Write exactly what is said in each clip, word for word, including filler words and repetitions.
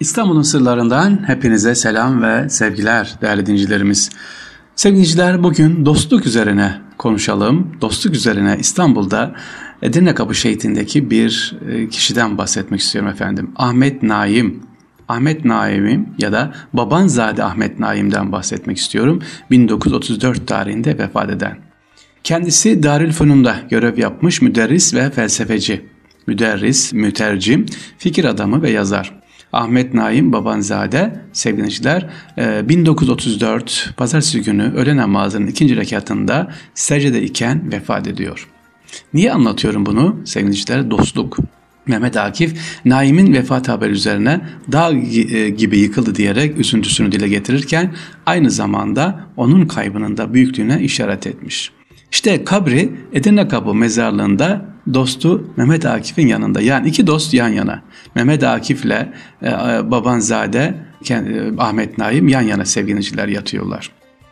İstanbul'un sırlarından hepinize selam ve sevgiler değerli dinleyicilerimiz. Sevgili dinleyiciler, bugün dostluk üzerine konuşalım. Dostluk üzerine İstanbul'da Edirne Kapı Şehit'indeki bir kişiden bahsetmek istiyorum efendim. Ahmet Naim. Ahmet Naim ya da Babanzade Ahmet Naim'den bahsetmek istiyorum. bin dokuz yüz otuz dört tarihinde vefat eden. Kendisi Darülfünun'da görev yapmış müderris ve felsefeci. Müderris, mütercim, fikir adamı ve yazar. Ahmet Naim Babanzade sevgili dinleyiciler bin dokuz yüz otuz dört Pazartesi günü öğle namazının ikinci rekatında secdede iken vefat ediyor. Niye anlatıyorum bunu sevgili dinleyiciler? Dostluk. Mehmet Akif, Naim'in vefat haberi üzerine dağ gibi yıkıldı diyerek üzüntüsünü dile getirirken aynı zamanda onun kaybının da büyüklüğüne işaret etmiş. İşte kabri Edirne Kapı mezarlığında dostu Mehmet Akif'in yanında. Yani iki dost yan yana. Mehmet Akif'le e, Babanzade kendi, Ahmet Naim yan yana sevgiliciler yatıyorlar.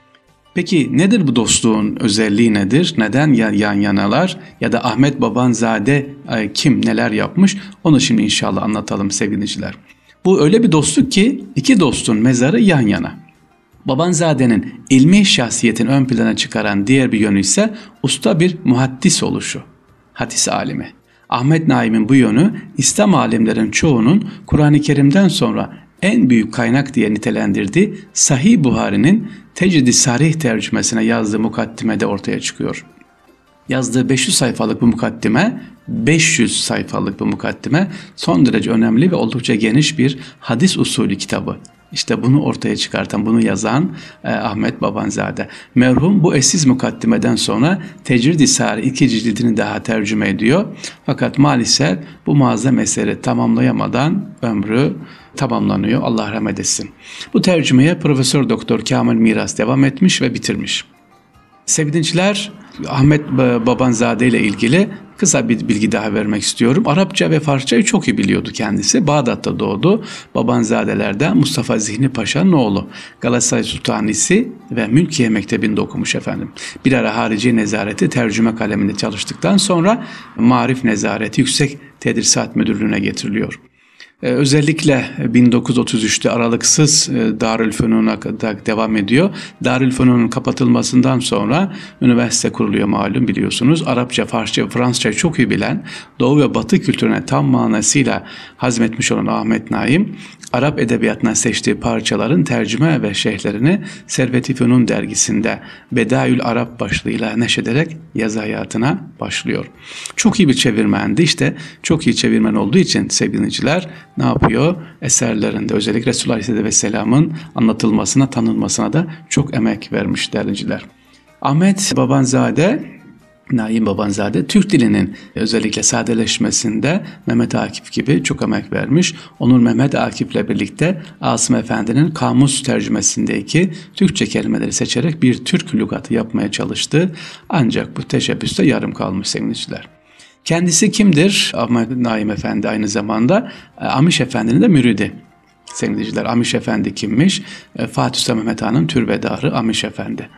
Peki nedir bu dostluğun özelliği nedir? Neden yan yanalar? Ya da Ahmet Babanzade e, kim neler yapmış? Onu şimdi inşallah anlatalım sevgiliciler. Bu öyle bir dostluk ki iki dostun mezarı yan yana. Babanzade'nin ilmi şahsiyetini ön plana çıkaran diğer bir yönü ise usta bir muhaddis oluşu. Hadis alimi. Ahmet Naim'in bu yönü İslam alimlerin çoğunun Kur'an-ı Kerim'den sonra en büyük kaynak diye nitelendirdiği Sahih Buhari'nin Tecrid-i Sarih tercümesine yazdığı mukaddimede ortaya çıkıyor. Yazdığı beş yüz sayfalık bu mukaddime, beş yüz sayfalık bu mukaddime son derece önemli ve oldukça geniş bir hadis usulü kitabı. İşte bunu ortaya çıkartan, bunu yazan e, Ahmet Babanzade. Merhum bu eşsiz mukaddimeden sonra Tecrid-i Sarih iki cildini daha tercüme ediyor. Fakat maalesef bu muazzam eseri tamamlayamadan ömrü tamamlanıyor. Allah rahmet etsin. Bu tercümeye Profesör Doktor Kamil Miras devam etmiş ve bitirmiş. Sevgili dinleyiciler, Ahmet Babanzade ile ilgili kısa bir bilgi daha vermek istiyorum. Arapça ve Farsçayı çok iyi biliyordu kendisi. Bağdat'ta doğdu. Babanzadelerden Mustafa Zihni Paşa'nın oğlu. Galatasaray Sultanisi ve Mülkiye Mektebi'nde okumuş efendim. Bir ara harici nezareti tercüme kaleminde çalıştıktan sonra Marif Nezareti Yüksek Tedrisat Müdürlüğü'ne getiriliyor. Ee, özellikle bin dokuz yüz otuz üçte aralıksız e, Darülfünun'a devam ediyor. Darülfünun'un kapatılmasından sonra üniversite kuruluyor malum biliyorsunuz. Arapça, Farsça ve Fransızca çok iyi bilen, Doğu ve Batı kültürüne tam manasıyla hazmetmiş olan Ahmet Naim, Arap edebiyatına seçtiği parçaların tercüme ve şerhlerini Servet-i Fünun dergisinde Bedaül Arap başlığıyla neşrederek yazı hayatına başlıyor. Çok iyi bir çevirmendi. İşte çok iyi çevirmen olduğu için sevgili dinleyiciler ne yapıyor? Eserlerinde özellikle Resulullah Aleyhisselatü Vesselam'ın anlatılmasına, tanınmasına da çok emek vermiş dernciler. Ahmet Babanzade, Naim Babanzade, Türk dilinin özellikle sadeleşmesinde Mehmet Akif gibi çok emek vermiş. Onur Mehmet Akif'le birlikte Asım Efendi'nin kamus tercümesindeki Türkçe kelimeleri seçerek bir Türk lügatı yapmaya çalıştı. Ancak bu teşebbüste yarım kalmış sevgiliciler. Kendisi kimdir? Ahmet Naim Efendi aynı zamanda Amiş Efendi'nin de müridi. Sevgiliciler, Amiş Efendi kimmiş? Fatih Sultan Mehmet Han'ın türbedarı Amiş Efendi.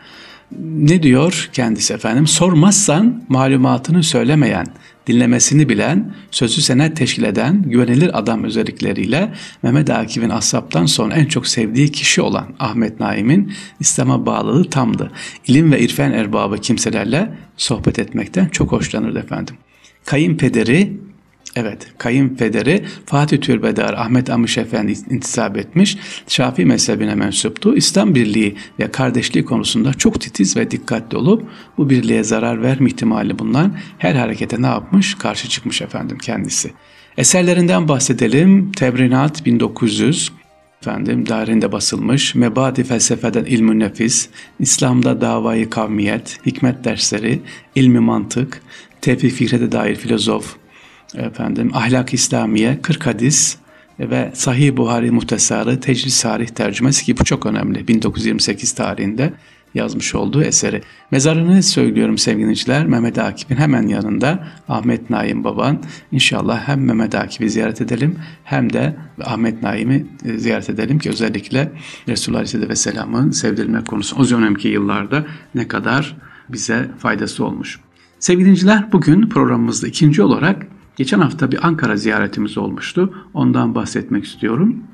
Ne diyor kendisi efendim? Sormazsan malumatını söylemeyen, dinlemesini bilen, sözü senet teşkil eden güvenilir adam özellikleriyle Mehmet Akif'in ashabtan sonra en çok sevdiği kişi olan Ahmet Naim'in İslam'a bağlılığı tamdı. İlim ve irfan erbabı kimselerle sohbet etmekten çok hoşlanırdı efendim. Kayınpederi, evet kayınpederi Fatih Türbedar Ahmet Amış Efendi intisap etmiş, Şafii mezhebine mensuptu. İslam birliği ve kardeşliği konusunda çok titiz ve dikkatli olup bu birliğe zarar verme ihtimali bulunan her harekete ne yapmış? Karşı çıkmış efendim kendisi. Eserlerinden bahsedelim. Tebrinat bin dokuz yüz efendim dairinde basılmış. Mebadi felsefeden ilmü nefis, İslam'da davayı kavmiyet, hikmet dersleri, ilmi mantık, tevfik fikrete dair filozof, efendim ahlak İslamiye, kırk hadis ve Sahih Buhari muhtasarı, Tecrid-i Sarih tercümesi ki bu çok önemli. bin dokuz yüz yirmi sekiz tarihinde yazmış olduğu eseri. Mezarını söylüyorum sevgili dinleyiciler. Mehmet Akif'in hemen yanında Ahmet Naim Baban. İnşallah hem Mehmet Akif'i ziyaret edelim hem de Ahmet Naim'i ziyaret edelim ki özellikle Resulullah Aleyhisselatü Vesselam'ın sevdirilme konusu o dönemki yıllarda ne kadar bize faydası olmuş. Sevgili dinleyiciler, bugün programımızda ikinci olarak geçen hafta bir Ankara ziyaretimiz olmuştu. Ondan bahsetmek istiyorum.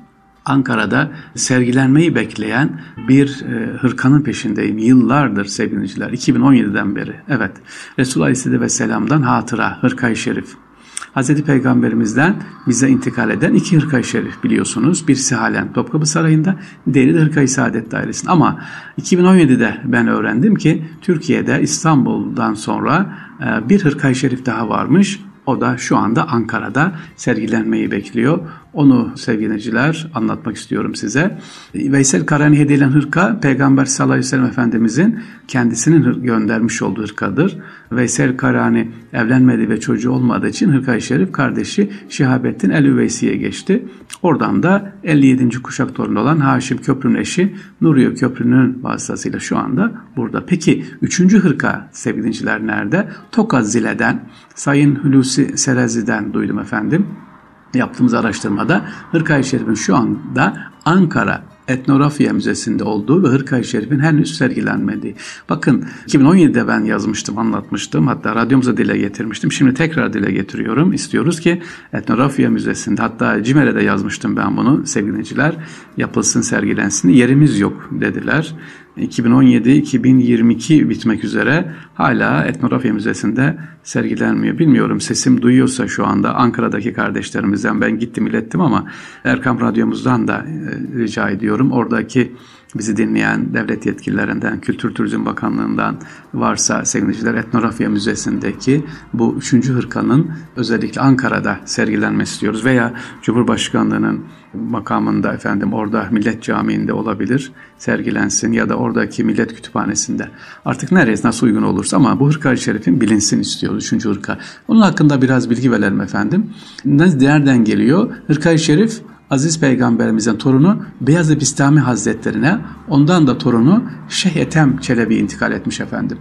Ankara'da sergilenmeyi bekleyen bir e, hırkanın peşindeyim. Yıllardır sevgili dinleyiciler. iki bin on yediden beri. Evet. Resulullah Aleyhisselatü Vesselam'dan hatıra, hırka-i şerif. Hazreti Peygamberimizden bize intikal eden iki hırka-i şerif biliyorsunuz. Birisi halen Topkapı Sarayı'nda, diğeri de Hırka-i Saadet Dairesi'nde. Ama iki bin on yedide ben öğrendim ki Türkiye'de İstanbul'dan sonra e, bir hırka-i şerif daha varmış. O da şu anda Ankara'da sergilenmeyi bekliyor. Onu sevgili dinleyiciler anlatmak istiyorum size. Veysel Karani'ye hediye edilen hırka Peygamber sallallahu aleyhi ve sellem Efendimizin kendisinin göndermiş olduğu hırkadır. Veysel Karani evlenmedi ve çocuğu olmadığı için Hırka-i Şerif kardeşi Şihabettin el-Üveysi'ye geçti. Oradan da elli yedinci kuşak torunu olan Haşim Köprü'nün eşi Nuriye Köprü'nün vasıtasıyla şu anda burada. Peki üçüncü hırka sevgili dinleyiciler nerede? Tokat Zile'den, Sayın Hulusi Serazi'den duydum efendim. Yaptığımız araştırmada Hırka-i Şerif'in şu anda Ankara Etnografya Müzesi'nde olduğu ve Hırka-i Şerif'in henüz sergilenmediği. Bakın iki bin on yedide ben yazmıştım, anlatmıştım. Hatta radyomuza dile getirmiştim. Şimdi tekrar dile getiriyorum. İstiyoruz ki Etnografya Müzesi'nde, hatta CİMER'e de yazmıştım ben bunu sevgili dinleyiciler. Yapılsın, sergilensin. Yerimiz yok dediler. iki bin on yedi iki bin yirmi iki bitmek üzere hala Etnografya Müzesi'nde sergilenmiyor. Bilmiyorum, sesim duyuyorsa şu anda Ankara'daki kardeşlerimizden ben gittim ilettim ama Erkam Radyomuzdan da e, rica ediyorum. Oradaki bizi dinleyen devlet yetkililerinden, Kültür Turizm Bakanlığı'ndan varsa sevgiliciler Etnografya Müzesi'ndeki bu üçüncü hırkanın özellikle Ankara'da sergilenmesi istiyoruz. Veya Cumhurbaşkanlığı'nın makamında efendim orada Millet Camii'nde olabilir, sergilensin ya da oradaki Millet Kütüphanesi'nde. Artık neresi nasıl uygun olursa ama bu Hırka-i Şerif'in bilinsin istiyoruz. Üçüncü hırka. Onun hakkında biraz bilgi verelim efendim. Nereden geliyor? Hırka-i Şerif Aziz Peygamberimizin torunu Beyazıt Bistami Hazretlerine, ondan da torunu Şeyh Ethem Çelebi intikal etmiş efendim.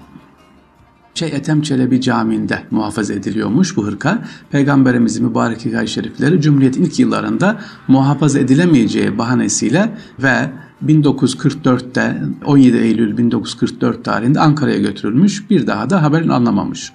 Şeyh Ethem Çelebi Camii'nde muhafaza ediliyormuş bu hırka. Peygamberimizin mübarek hırka-i şerifleri Cumhuriyet'in ilk yıllarında muhafaza edilemeyeceği bahanesiyle ve bin dokuz yüz kırk dörtte on yedi Eylül bin dokuz yüz kırk dört tarihinde Ankara'ya götürülmüş. Bir daha da haberini anlamamış.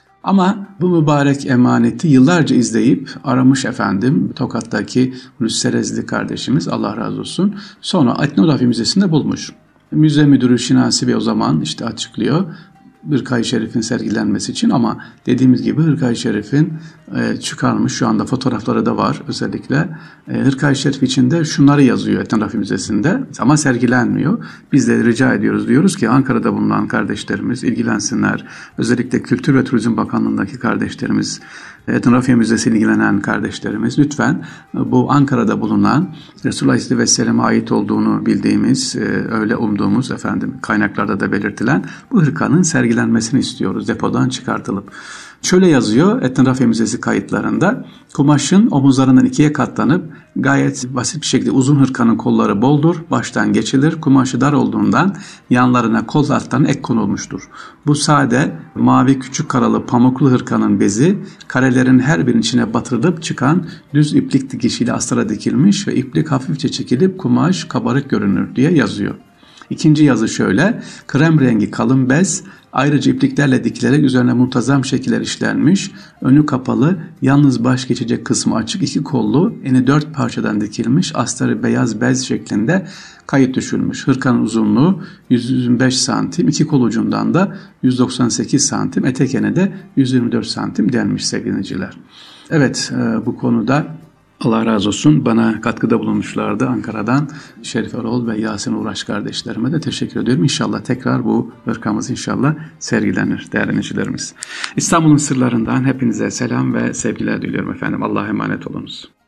Ama bu mübarek emaneti yıllarca izleyip aramış efendim Tokat'taki Hulusi Serezli kardeşimiz, Allah razı olsun. Sonra Etnografya Müzesi'nde bulmuş. Müze müdürü Şinasi Bey o zaman işte açıklıyor Hırka-i Şerif'in sergilenmesi için, ama dediğimiz gibi Hırka-i Şerif'in e, çıkarmış, şu anda fotoğrafları da var özellikle. E, Hırka-i Şerif içinde şunları yazıyor Etnografya Müzesi'nde ama sergilenmiyor. Biz de rica ediyoruz, diyoruz ki Ankara'da bulunan kardeşlerimiz ilgilensinler. Özellikle Kültür ve Turizm Bakanlığı'ndaki kardeşlerimiz, Etnografya Müzesi ilgilenen kardeşlerimiz lütfen bu Ankara'da bulunan Resulullah Aleyhisselatü Vesselam'a ait olduğunu bildiğimiz, öyle umduğumuz efendim kaynaklarda da belirtilen bu hırkanın sergilenmesini istiyoruz, depodan çıkartılıp. Şöyle yazıyor Etnografya Müzesi kayıtlarında: kumaşın omuzlarından ikiye katlanıp gayet basit bir şekilde uzun hırkanın kolları boldur, baştan geçilir. Kumaşı dar olduğundan yanlarına kol altlarına ek konulmuştur. Bu sade mavi küçük karalı pamuklu hırkanın bezi karelerin her birinin içine batırılıp çıkan düz iplik dikişiyle astara dikilmiş ve iplik hafifçe çekilip kumaş kabarık görünür diye yazıyor. İkinci yazı şöyle: krem rengi kalın bez ayrıca ipliklerle dikilerek üzerine muntazam şekiller işlenmiş, önü kapalı, yalnız baş geçecek kısmı açık, iki kollu, eni dört parçadan dikilmiş, astarı beyaz bez şeklinde kayıt düşülmüş. Hırkanın uzunluğu yüz yirmi beş santim, iki kol ucundan da yüz doksan sekiz santim, etek eni de yüz yirmi dört santim denmiş sevgili dinleyiciler. Evet, bu konuda Allah razı olsun bana katkıda bulunmuşlardı Ankara'dan Şerif Erol ve Yasin Uğraş kardeşlerime de teşekkür ediyorum. İnşallah tekrar bu hırkamız inşallah sergilenir değerli dinleyicilerimiz. İstanbul'un sırlarından hepinize selam ve sevgiler diliyorum efendim. Allah'a emanet olunuz.